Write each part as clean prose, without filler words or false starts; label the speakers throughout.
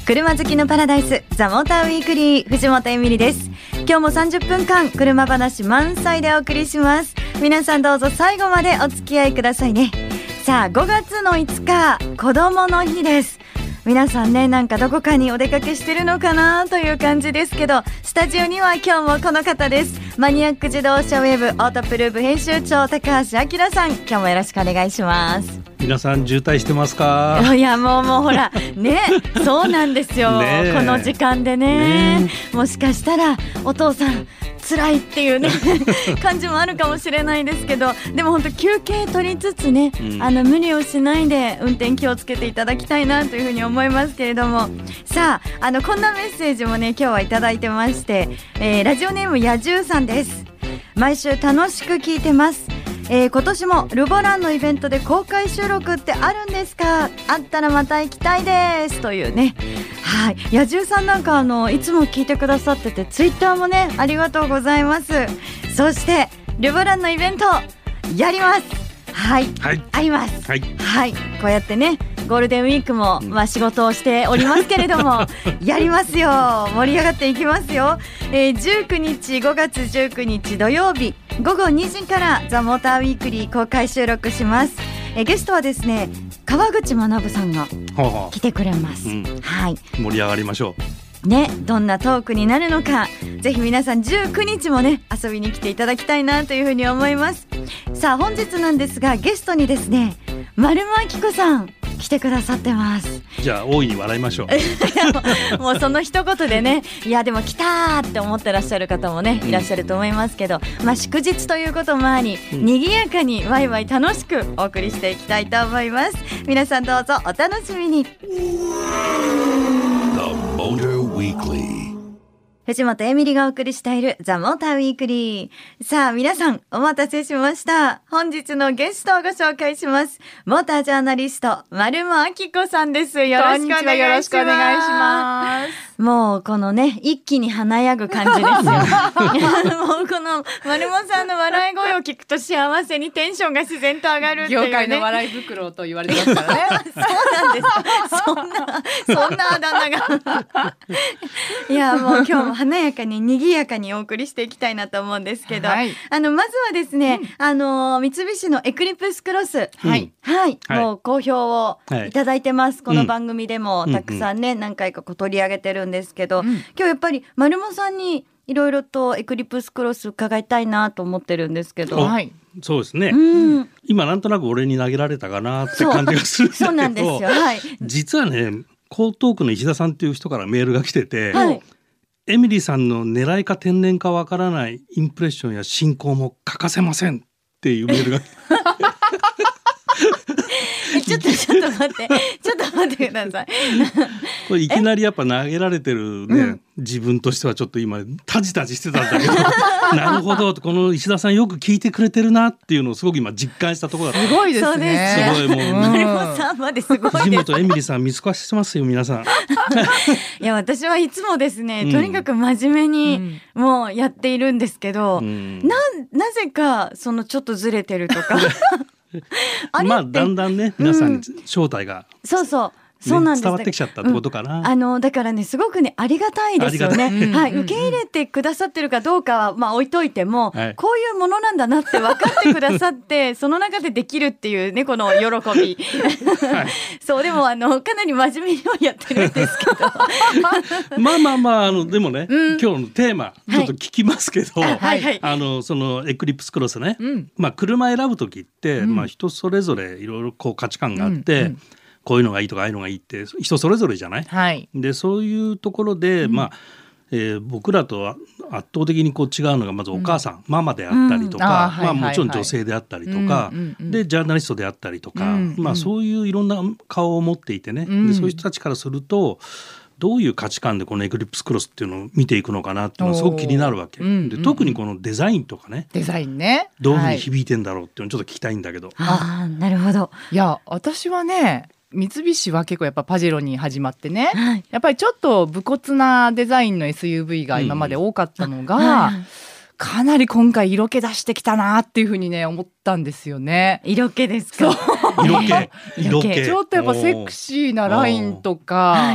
Speaker 1: 車好きのパラダイス、ザ・モーターウィークリー、藤本エミリです。今日も30分間車話満載でお送りします。皆さんどうぞ最後までお付き合いくださいね。さあ、5月の5日子供の日です。皆さんね、なんかどこかにお出かけしてるのかなという感じですけど、スタジオには今日もこの方です。マニアック自動車ウェブオートプルーブ編集長、高橋明さん、今日もよろしくお願いします。
Speaker 2: 皆さん渋滞してますか？
Speaker 1: いやもうほらね、そうなんですよね。この時間で ねもしかしたらお父さん辛いっていうね感じもあるかもしれないですけど、でも本当休憩取りつつね、無理をしないで運転気をつけていただきたいなというふうに思いますけれども、さあ、こんなメッセージもね今日はいただいてまして、ラジオネーム野獣さんです。毎週楽しく聞いてます。今年もルボランのイベントで公開収録ってあるんですか？あったらまた行きたいですというね。はい、野獣さんなんかいつも聞いてくださってて、ツイッターもねありがとうございます。そしてルボランのイベントやります。はい、はい、あります。はい、はい、こうやってねゴールデンウィークも、仕事をしておりますけれどもやりますよ。盛り上がっていきますよ。19日5月19日土曜日午後2時からザ・モーターウィークリー公開収録します。ゲストはですね、川口学さんが来てくれます。はい、
Speaker 2: 盛り上がりましょう
Speaker 1: ね。どんなトークになるのか、ぜひ皆さん19日もね遊びに来ていただきたいなというふうに思います。さあ、本日なんですがゲストにですね、丸間明子さん来てくださってます。
Speaker 2: じゃあ大いに笑いましょ
Speaker 1: うもうその一言でね、いやでも来たーって思ってらっしゃる方もねいらっしゃると思いますけど、祝日ということもあり、賑やかにワイワイ楽しくお送りしていきたいと思います。皆さんどうぞお楽しみに。藤本エミリがお送りしているザ・モーターウィークリー。さあ皆さんお待たせしました。本日のゲストをご紹介します。モータージャーナリスト丸間明子さんです。よろしくお願いします。もうこのね一気に華やぐ感じですよもうこの丸間さんの笑い声を聞くと幸せにテンションが自然と上がるっていうね、
Speaker 3: 業界の笑い袋と言われてますからね
Speaker 1: そうなんですそんなあだ名がいやもう今日も華やかに賑やかにお送りしていきたいなと思うんですけど、はい、まずはですね、三菱のエクリプスクロス、はいはい、もう好評をいただいてます。この番組でもたくさんね、何回か取り上げてるんですけど、今日やっぱり丸間さんにいろいろとエクリプスクロス伺いたいなと思ってるんですけど、
Speaker 2: はい、そうですね、今なんとなく俺に投げられたかなって感じがするんだけど、
Speaker 1: そうなんですよ、はい、
Speaker 2: 実はね江東区の石田さんっていう人からメールが来てて、はい、エミリーさんの狙いか天然かわからないインプレッションや進行も欠かせませんっていうメールが
Speaker 1: ちょっと待ってください
Speaker 2: これいきなりやっぱ投げられてるね、自分としてはちょっと今タジタジしてたんだけどなるほど、この石田さんよく聞いてくれてるなっていうのをすごく今実感したところだった。
Speaker 3: すごいですね。
Speaker 2: すごいもう
Speaker 1: 丸間さんまですごいです。
Speaker 2: 藤本エミリーさん見透かしてますよ皆さん
Speaker 1: いや私はいつもですね、とにかく真面目にもうやっているんですけど、なぜかそのちょっとずれてるとか
Speaker 2: まあだんだんね皆さんに正体が、
Speaker 1: そうなんです、
Speaker 2: 伝わってきちゃったってことかな、
Speaker 1: だからねすごくねありがたいですよね、はい、受け入れてくださってるかどうかは置いといても、はい、こういうものなんだなって分かってくださってその中でできるっていうねこの喜び、はい、そうでもかなり真面目にはやってるんですけど
Speaker 2: まあでもね、今日のテーマちょっと聞きますけど、はいはい、そのエクリプスクロスね、車選ぶ時って、人それぞれいろいろこう価値観があって、こういうのがいいとかああいうのがいいって人それぞれじゃない、はい、でそういうところで、僕らと圧倒的にこう違うのがまずお母さん、ママであったりとか、もちろん女性であったりとか、でジャーナリストであったりとか、そういういろんな顔を持っていてね、でそういう人たちからするとどういう価値観でこのエクリプスクロスっていうのを見ていくのかなっていうのがすごく気になるわけ、で特にこのデザインとかね、
Speaker 3: デザインね、
Speaker 2: どういうふうに響いてんだろうっていうのをちょっと聞きたいんだけど、
Speaker 1: なるほど。
Speaker 3: いや私はね三菱は結構やっぱパジェロに始まってね、やっぱりちょっと武骨なデザインの SUV が今まで多かったのが、かなり今回色気出してきたなっていうふうにね思ったんですよね。
Speaker 1: 色気ですか？
Speaker 2: 色気
Speaker 3: ちょっとやっぱセクシーなラインとか、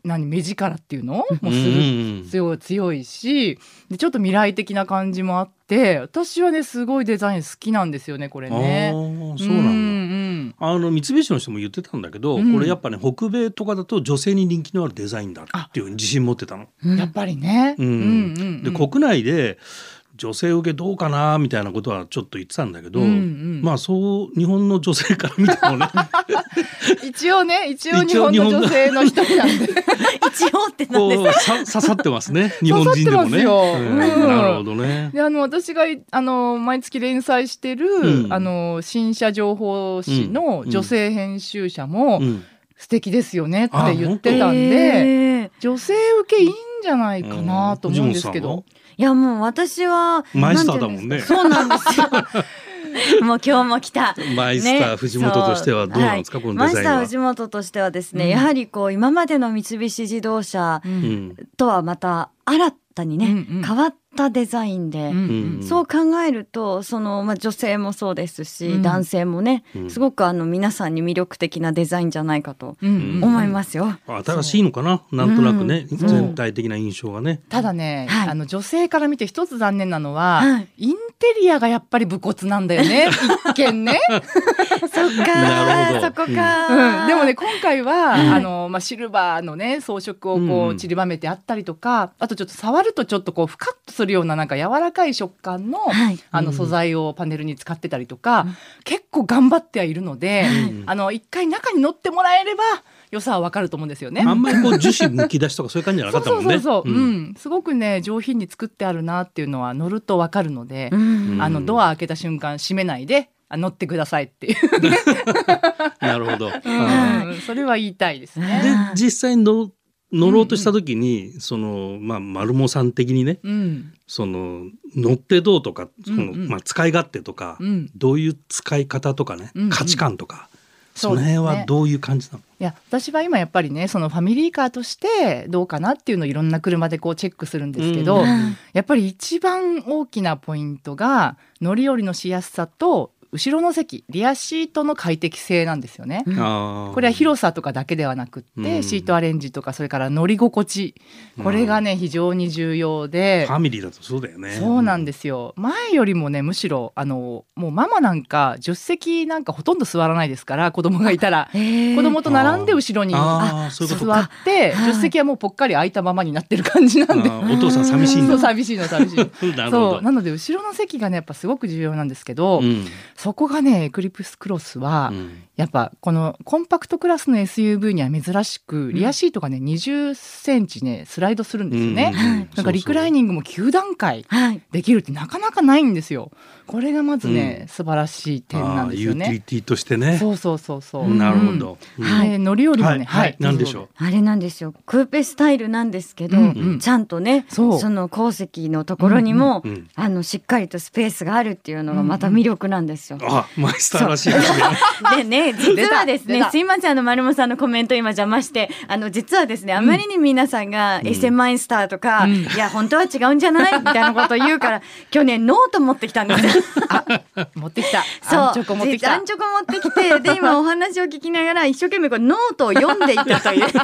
Speaker 3: 目力っていうのもすごい強いし、でちょっと未来的な感じもあって、私はねすごいデザイン好きなんですよねこれね。
Speaker 2: そうなんだ。三菱の人も言ってたんだけど、これやっぱね北米とかだと女性に人気のあるデザインだっていう自信持ってたの。
Speaker 3: やっぱりね。
Speaker 2: で国内で女性受けどうかなみたいなことはちょっと言ってたんだけど、まあそう日本の女性から見てもね
Speaker 3: 一応日本の女性の一人なんで
Speaker 1: 一応ってなんですか。
Speaker 2: 刺さってますね日本人でもね。なるほどね。
Speaker 3: で私が毎月連載してる、新社情報誌の女性編集者も、素敵ですよねって言ってたんで、女性受けいいんじゃないかなと思うんですけど。
Speaker 1: いやもう私は
Speaker 2: マイスターだもんね。
Speaker 1: そうなんですよもう今日も来た
Speaker 2: マイスター藤本としてはどうなんですか、このデザインは。
Speaker 1: マイスター藤本としてはですね、やはり今までの三菱自動車とはまた新たにね、変わったデザインで、そう考えると女性もそうですし、男性もね、すごく皆さんに魅力的なデザインじゃないかと思いますよ。
Speaker 2: 新しいのかな、なんとなくね、全体的な印象がね。
Speaker 3: ただね、女性から見て一つ残念なのは、インテリアがやっぱり武骨なんだよね一見ね
Speaker 1: そっか、そこか、
Speaker 3: でもね今回は、シルバーのね装飾を散りばめてあったりとか、あとちょっと触るとちょっとふかっとするようななんか柔らかい食感の、素材をパネルに使ってたりとか、結構頑張ってはいるので、一回中に乗ってもらえれば良さはわかると思うんですよね。
Speaker 2: あんまり樹脂むき出しとかそういう感じじゃなかったもんね。
Speaker 3: すごくね上品に作ってあるなっていうのは乗るとわかるので、ドア開けた瞬間閉めないで乗ってくださいっていう
Speaker 2: なるほど、
Speaker 3: それは言いたいですね。
Speaker 2: で実際乗ろうとした時に、マルモさん的にね、乗ってどうとか、使い勝手とか、どういう使い方とかね、価値観とか、その辺はどういう感じなの？
Speaker 3: いや私は今やっぱりねファミリーカーとしてどうかなっていうのをいろんな車でチェックするんですけど、やっぱり一番大きなポイントが乗り降りのしやすさと後ろの席リアシートの快適性なんですよね。これは広さとかだけではなくって、シートアレンジとかそれから乗り心地、これがね非常に重要で、
Speaker 2: ファミリーだとそうだよね。
Speaker 3: そうなんですよ。前よりもねむしろもうママなんか助手席なんかほとんど座らないですから、子供がいたら子供と並んで後ろに座って助手席はもうぽっかり空いたままになってる感じなんで、
Speaker 2: お父さん寂しいんだ。
Speaker 3: そう寂しいそうなので後ろの席がねやっぱすごく重要なんですけど、そこがねエクリプスクロスは、やっぱこのコンパクトクラスの SUV には珍しくリアシートがね20センチねスライドするんですよね。なんかリクライニングも9段階できるってなかなかないんですよ。これがまずね、素晴らしい点なんですよね。
Speaker 2: ユーティリティとしてね。
Speaker 3: そう
Speaker 2: なるほど。
Speaker 3: 乗り降りもね、
Speaker 2: なんでしょう。
Speaker 1: あれなんですよ。クーペスタイルなんですけど、ちゃんとねその後席のところにも、しっかりとスペースがあるっていうのがまた魅力なんですよ。
Speaker 2: マイスターらしいですね。
Speaker 1: でね実はですね、すいません丸山さんのコメント今邪魔して、実はですねあまりに皆さんがエセマイスターとか、いや本当は違うんじゃないみたいなことを言うから去年ノート持ってきたんですよ。
Speaker 3: 持ってきた。
Speaker 1: アンチョコ持ってきて、で今お話を聞きながら一生懸命ノートを読んでいたというそう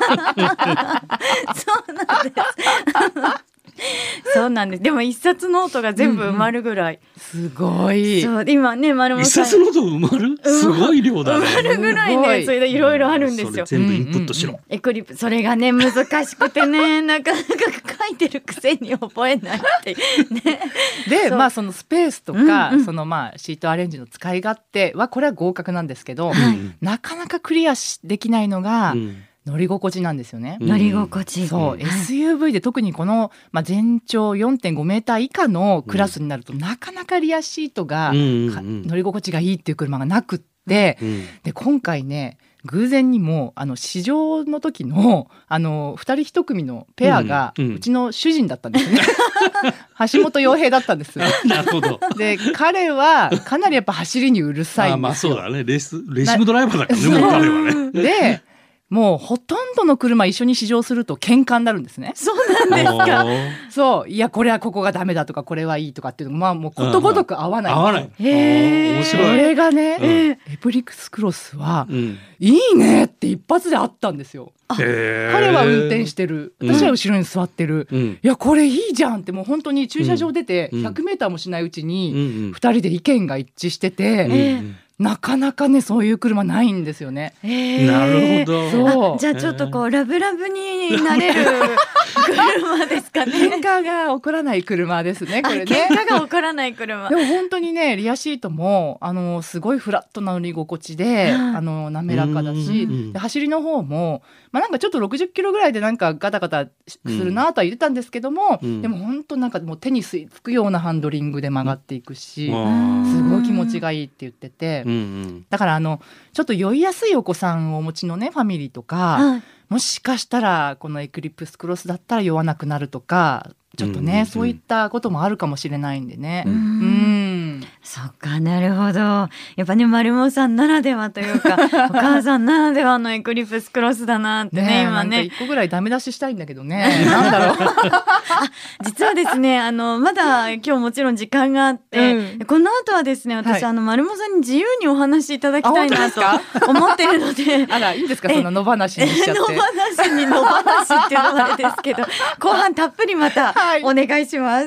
Speaker 1: なんですそうなんです。でも一冊ノートが全部埋まるぐらい、
Speaker 3: すごい。
Speaker 1: そう今ね丸本さん
Speaker 2: 一冊ノート埋まるすごい量だね。
Speaker 1: 埋まるぐらいねそれでいろいろあるんですよ。
Speaker 2: それ全部インプットしろ。
Speaker 1: エクリプそれがね難しくてねなかなか書いてるくせに覚えないってね。
Speaker 3: でそのスペースとか、そのシートアレンジの使い勝手はこれは合格なんですけど、なかなかクリアできないのが、乗り心地なんですよね。
Speaker 1: 乗り心地、
Speaker 3: そう、SUV で特にこの、全長 4.5 メーター以下のクラスになると、なかなかリアシートが、乗り心地がいいっていう車がなくって、で今回ね偶然にも試乗の時の2人1組のペアが、うちの主人だったんですね。橋本洋平だったんです。
Speaker 2: なるほど。
Speaker 3: で彼はかなりやっぱ走りにうるさいんですよ。
Speaker 2: そうだね。レーシングドライバーだからねもう彼はね。
Speaker 3: でもうほとんどの車一緒に試乗すると喧嘩になるんですね。
Speaker 1: そうなんですか。
Speaker 3: そういやこれはここがダメだとかこれはいいとかっていうのも、もうことごとく合わない。
Speaker 2: 合わない。面白い。
Speaker 3: それがね、エプリクスクロスは、いいねって一発であったんですよ。彼は運転してる、私は後ろに座ってる、いやこれいいじゃんって、もう本当に駐車場出て100メーターもしないうちに2人で意見が一致してて、なかなかねそういう車ないんですよね。
Speaker 2: なるほど。
Speaker 3: そう
Speaker 1: じゃあちょっとこうラブラブになれる車ですかね。
Speaker 3: 喧嘩が起こらない車ですねこれね。
Speaker 1: 喧嘩が起こらない車。
Speaker 3: でも本当にねリアシートもすごいフラットな乗り心地で、滑らかだし、で走りの方も、なんかちょっと60キロぐらいでなんかガタガタするなとは言ってたんですけども、でも本当なんかもう手に吸い付くようなハンドリングで曲がっていくし、すごい気持ちがいいって言ってて、だからちょっと酔いやすいお子さんをお持ちのねファミリーとか、もしかしたらこのエクリプスクロスだったら酔わなくなるとか、ちょっとね、そういったこともあるかもしれないんでね。
Speaker 1: そっか、なるほど。やっぱね丸茂さんならではというかお母さんならではのエクリプスクロスだなってね今ね。
Speaker 3: なんか1個ぐらいダメ出ししたいんだけどね。なんだろう
Speaker 1: 実はですねまだ今日もちろん時間があって、この後はですね私、丸茂さんに自由にお話しいただきたいなと思ってるので
Speaker 3: あらいいんですかそんな野放しにしちゃって。
Speaker 1: 野放しっていうのもあれですけど後半たっぷりまたお願いします。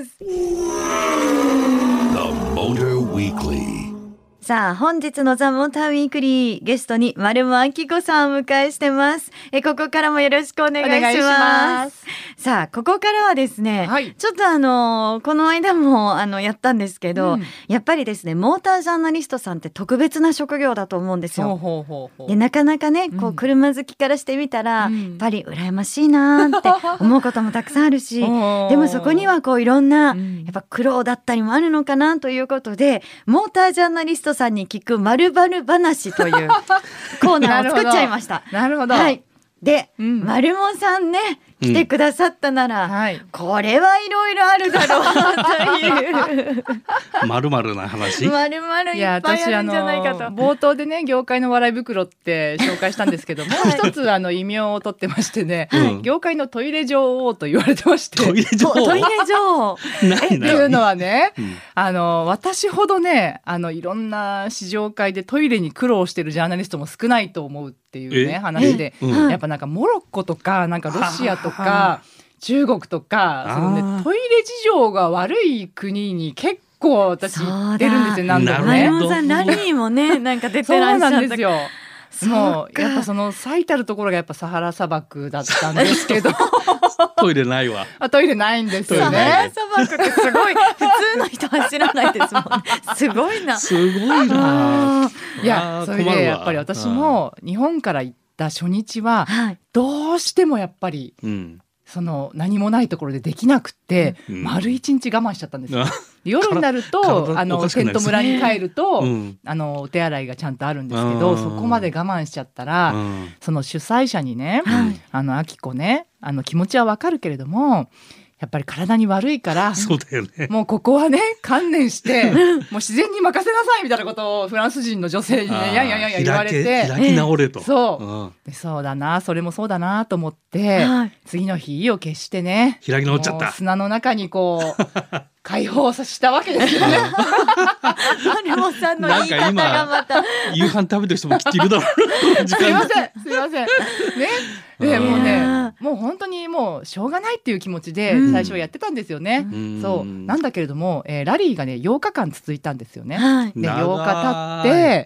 Speaker 1: さあ本日のザ・モーターウィークリーゲストに丸茂明子さんをお迎えしてます。ここからもよろしくお願いします。さあここからはですね、ちょっとこの間もやったんですけど、やっぱりですねモータージャーナリストさんって特別な職業だと思うんですよ。でなかなかねこう車好きからしてみたら、やっぱり羨ましいなって思うこともたくさんあるしでもそこにはこういろんなやっぱ苦労だったりもあるのかなということで、モータージャーナリストさんに聞く〇〇話というコーナーを作っちゃいました。
Speaker 3: なるほど。
Speaker 1: で、丸茂さんね来てくださったなら、これはいろいろあるだろうという
Speaker 2: 〇〇な話
Speaker 1: 〇〇いっぱいあるんじゃないかと。
Speaker 3: 冒頭でね業界の笑い袋って紹介したんですけども、一つ異名を取ってましてね、業界のトイレ女王と言われてまして。
Speaker 2: トイレ女
Speaker 3: 王っていうのはね、私ほどねいろんな試乗会でトイレに苦労してるジャーナリストも少ないと思うっていうね話で、やっぱなんかモロッコとかなんかロシアとか中国とかその、ね、トイレ事情が悪い国に結構私行ってるんですよ。何度もね。
Speaker 1: 丸茂さんラリーもねなんか出てらっしゃった。そうなんですよ。
Speaker 3: もうやっぱその最たるところがやっぱサハラ砂漠だったんですけど
Speaker 2: トイレないわ。
Speaker 3: トイレないんですよね。
Speaker 1: サハラ砂漠ってすごい普通の人は知らないですもんね。すごいな。
Speaker 2: すごいな。
Speaker 3: いやそれでやっぱり私も日本から行った初日はどうしてもやっぱり、その何もないところでできなくて、丸一日我慢しちゃったんですよ。夜になるとテント村に帰ると、お手洗いがちゃんとあるんですけど、そこまで我慢しちゃったら、その主催者にね、あきこね気持ちはわかるけれどもやっぱり体に悪いから
Speaker 2: そうだよね、
Speaker 3: もうここはね観念してもう自然に任せなさいみたいなことをフランス人の女性にねや言われて
Speaker 2: 開き直れと、
Speaker 3: そうだなそれもそうだなと思って、次の日意を決してね
Speaker 2: 開き直っちゃった。
Speaker 3: 砂の中にこう解放させたわけですよね。
Speaker 1: 丸茂さんの言い方がまた
Speaker 2: 夕飯食べてる人もきっといるだろう。
Speaker 3: すいませんね。でもうねもう本当にもうしょうがないっていう気持ちで最初やってたんですよね。そうなんだけれども、ラリーがね8日間続いたんですよね。で8日経って、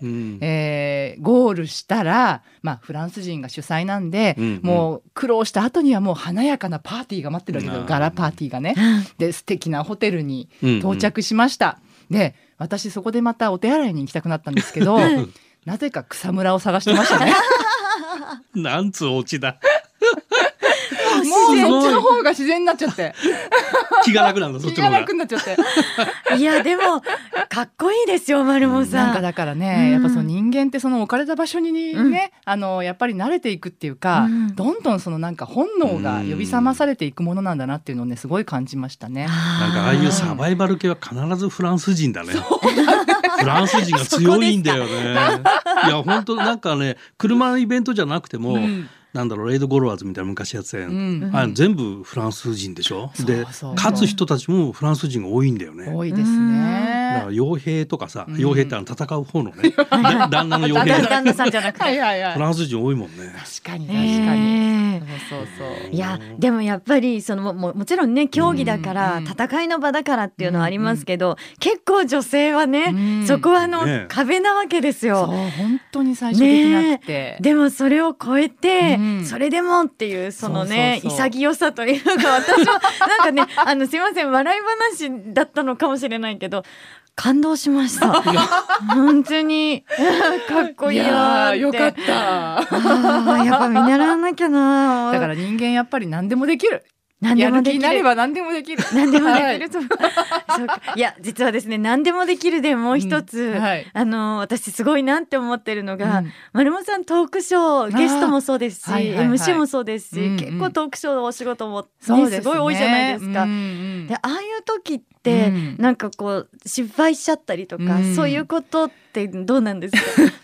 Speaker 3: ゴールしたら、フランス人が主催なんで、もう苦労した後にはもう華やかなパーティーが待ってるわけですよ。ガラパーティーがね。で素敵なホテルに到着しました。で私そこでまたお手洗いに行きたくなったんですけどなぜか草むらを探してましたね。
Speaker 2: なんつうお家だ。
Speaker 3: もうそっちの方が自然になっちゃって
Speaker 2: 気が楽なんだ。そっちの方が
Speaker 3: 気が楽になっちゃって
Speaker 1: いやでもかっこいいですよ丸茂さん。
Speaker 3: なんかだからね、やっぱその人間ってその置かれた場所にね、やっぱり慣れていくっていうか、どんどんそのなんか本能が呼び覚まされていくものなんだなっていうのをねすごい感じましたね。
Speaker 2: なんかああいうサバイバル系は必ずフランス人だね。 ランス人が強いんだよね。いや本当なんかね、車のイベントじゃなくても、なんだろう、レイドゴロワーズみたいな昔やってたやん、全部フランス人でしょ。で勝つ人たちもフランス人が多いんだよね。
Speaker 3: 多いですね。
Speaker 2: だから傭兵とかさ、傭兵って戦う方のね、旦那の傭兵、
Speaker 1: 旦那さんじゃなくて
Speaker 2: フランス人多いもんね。
Speaker 3: 確かに確かに、
Speaker 1: そういやでもやっぱりその もちろんね競技だから、戦いの場だからっていうのはありますけど、結構女性はね、そこは壁なわけですよ。
Speaker 3: そう本当に最初できなくて、
Speaker 1: でもそれを超えて、それでもっていうそのね潔さというか、私もなんかねすいません、笑い話だったのかもしれないけど感動しました。本当にかっこいいなって。
Speaker 3: よかった。
Speaker 1: やっぱ見習わなきゃな。
Speaker 3: だから人間やっぱり何でもできる。
Speaker 1: 何でもできる。
Speaker 3: やる気になれば何でもできる。
Speaker 1: 何でもできる。そうか。いや実はですね、何でもできるでもう一つ、私すごいなって思ってるのが、丸本さんトークショーゲストもそうですし、MC もそうですし、結構トークショーのお仕事もすごい多いじゃないですか。でああいう時ってなんかこう失敗しちゃったりとか、そういうことってどうなんですか？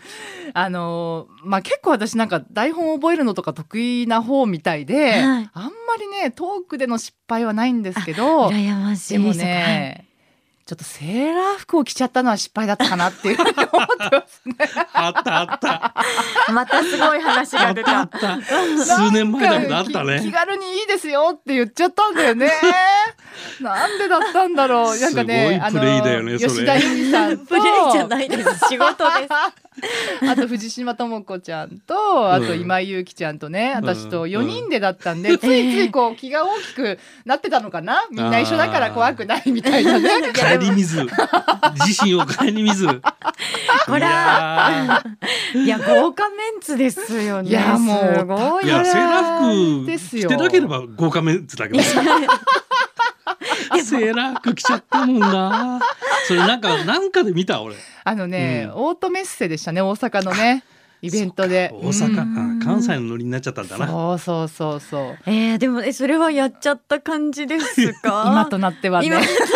Speaker 3: 結構私なんか台本を覚えるのとか得意な方みたいで、あんまりねトークでの失敗はないんですけど、
Speaker 1: 羨ましい。
Speaker 3: でもね、ちょっとセーラー服を着ちゃったのは失敗だったかなっていうふうに思ってますね。
Speaker 2: あった
Speaker 1: またすごい話が出た。
Speaker 2: 数年前だけどあったね。
Speaker 3: 気軽にいいですよって言っちゃったんだよね。なんでだったんだろう。なんかね、
Speaker 2: すごいプレイだよね、それ。
Speaker 3: 吉田由美さんと
Speaker 1: プレイじゃないです、仕事です。
Speaker 3: あと藤島智子ちゃんと、あと今井祐希ちゃんとね、私と4人でだったんで、ついついこう気が大きくなってたのかな。みんな一緒だから怖くないみたいなね。
Speaker 2: 顧みず、自身を顧みず。
Speaker 1: ほら、いや豪華メンツですよね。
Speaker 3: いやもう
Speaker 1: すごい。
Speaker 2: いやセーラー服着てなければ豪華メンツだけど。セーラー服着ちゃったもんな。それなんかで見た俺。
Speaker 3: オートメッセでしたね、大阪のねイベントで。
Speaker 2: 大阪、関西のノリになっちゃったんだな。
Speaker 3: そう。
Speaker 1: でもそれはやっちゃった感じですか？
Speaker 3: 今となってはね。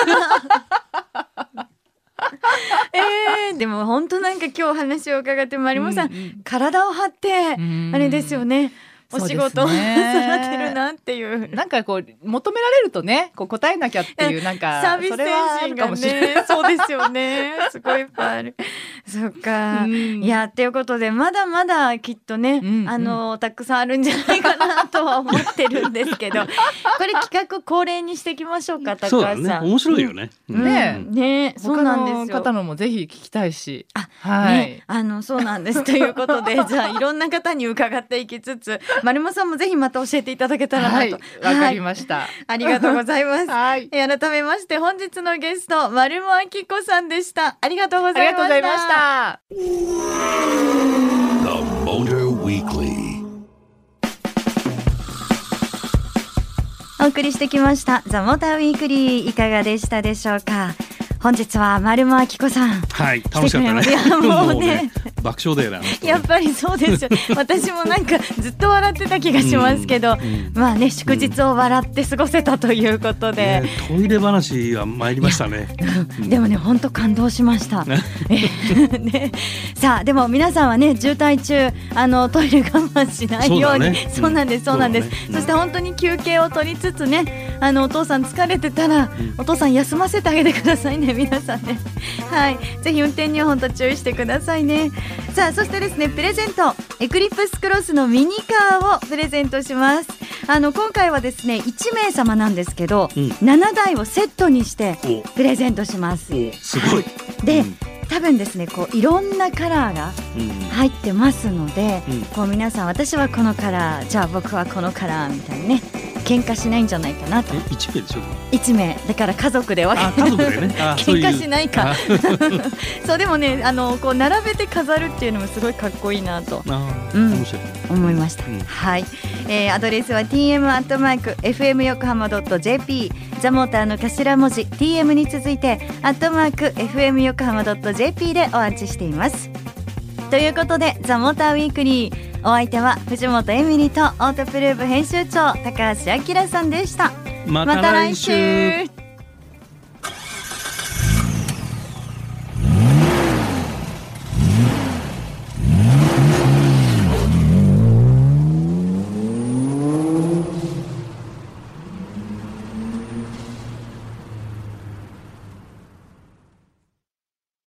Speaker 1: でも本当なんか今日話を伺って丸本さん、体を張ってあれですよね。お仕事をされてるなっていう、
Speaker 3: なんかこう求められるとね、こう答えなきゃっていうなんか
Speaker 1: サービス精神がね、そうですよね。すごいいっぱいある。そっか。いやということでまだまだきっとね、たくさんあるんじゃないかなとは思ってるんですけど、これ企画恒例にしていきましょうか、高橋さん。
Speaker 2: そうだね、面白いよね。
Speaker 1: ね、そうなんですよ。
Speaker 3: 他の方のもぜひ聞きたいし。
Speaker 1: そうなんです。ということでじゃあいろんな方に伺っていきつつ、丸本さんもぜひまた教えていただけたらなと。
Speaker 3: わかりました。
Speaker 1: ありがとうございます。改めまして本日のゲスト丸本明子さんでした。ありがとうございました。お送りしてきましたザ・モーターウィークリー、いかがでしたでしょうか？本日は丸本明子さん、
Speaker 2: 楽しかったね。
Speaker 1: いやもうね
Speaker 2: 爆笑だよね。
Speaker 1: やっぱりそうですよ。私もなんかずっと笑ってた気がしますけど、まあね祝日を笑って過ごせたということで、
Speaker 2: トイレ話は参りましたね。
Speaker 1: でもね本当感動しました。さあでも皆さんはね渋滞中トイレ我慢しないように。そうなんです。そして本当に休憩を取りつつね、お父さん疲れてたらお父さん休ませてあげてくださいね、皆さんね。ぜひ運転には本当注意してくださいね。さあそしてですね、プレゼントエクリプスクロスのミニカーをプレゼントします。今回はですね1名様なんですけど、7台をセットにしてプレゼントします。
Speaker 2: すごい。
Speaker 1: で、多分ですねこういろんなカラーが入ってますので、こう皆さん私はこのカラー、じゃあ僕はこのカラーみたいにね喧嘩しないんじゃないかなと。
Speaker 2: 1名でしょ。
Speaker 1: 1名だから家族で分けて
Speaker 2: 家族でね
Speaker 1: 喧嘩しないか。そうでもねこう並べて飾るっていうのもすごいかっこいいなと面白い思いました。アドレスは tm@fmyokohama.jp、 ザモーターの頭文字 tm に続いて@fmyokohama.jp でお待ちしています。ということでザモーターウィークリー、お相手は藤本エミリとオートプルーブ編集長高橋明さんでした。
Speaker 2: また来週。